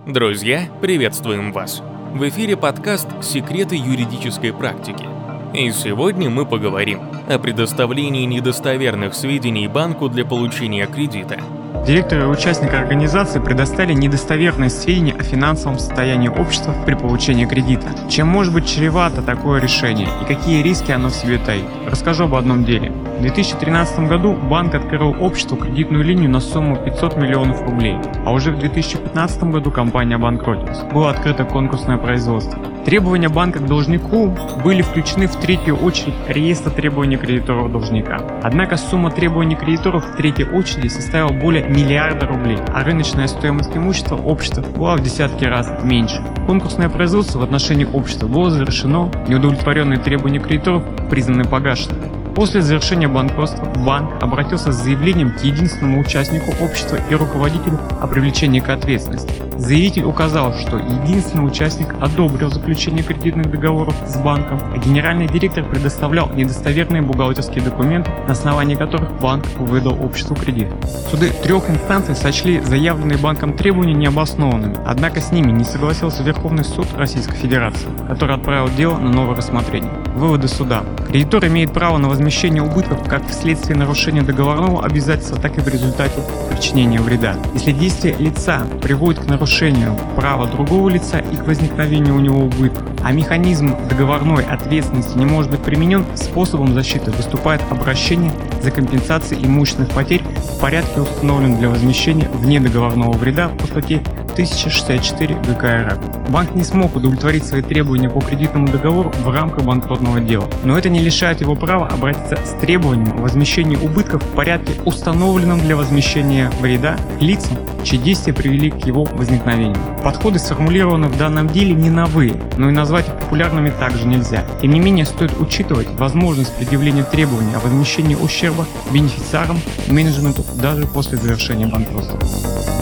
Друзья, приветствуем вас! В эфире подкаст «Секреты юридической практики». И сегодня мы поговорим о предоставлении недостоверных сведений банку для получения кредита. Директоры и участники организации предоставили недостоверные сведения о финансовом состоянии общества при получении кредита. Чем может быть чревато такое решение и какие риски оно в себе таит? Расскажу об одном деле. В 2013 году банк открыл обществу кредитную линию на сумму 500 миллионов рублей, а уже в 2015 году компания обанкротилась. Было открыто конкурсное производство. Требования банка к должнику были включены в третью очередь реестра требований кредиторов должника. Однако сумма требований кредиторов в третьей очереди составила более миллиарда рублей, а рыночная стоимость имущества общества была в десятки раз меньше. Конкурсное производство в отношении общества было завершено, неудовлетворенные требования кредиторов признаны погашенными. После завершения банкротства банк обратился с заявлением к единственному участнику общества и руководителю о привлечении к ответственности. Заявитель указал, что единственный участник одобрил заключение кредитных договоров с банком, а генеральный директор предоставлял недостоверные бухгалтерские документы, на основании которых банк выдал обществу кредит. Суды трех инстанций сочли заявленные банком требования необоснованными, однако с ними не согласился Верховный суд Российской Федерации, который отправил дело на новое рассмотрение. Выводы суда. Кредитор имеет право на возмещение убытков как вследствие нарушения договорного обязательства, так и в результате причинения вреда. Если действие лица приводит к нарушению права другого лица и к возникновению у него убытков, а механизм договорной ответственности не может быть применен, способом защиты выступает обращение за компенсацией имущественных потерь в порядке, установленном для возмещения внедоговорного вреда по статье 1064 ГК РФ. Банк не смог удовлетворить свои требования по кредитному договору в рамках банкротного дела, но это не лишает его права обратиться с требованием о возмещении убытков в порядке, установленном для возмещения вреда лицам, чьи действия привели к его возникновению. Подходы сформулированы в данном деле не новые, но и назвать их популярными также нельзя. Тем не менее, стоит учитывать возможность предъявления требований о возмещении ущерба бенефициарам и менеджменту даже после завершения банкротства.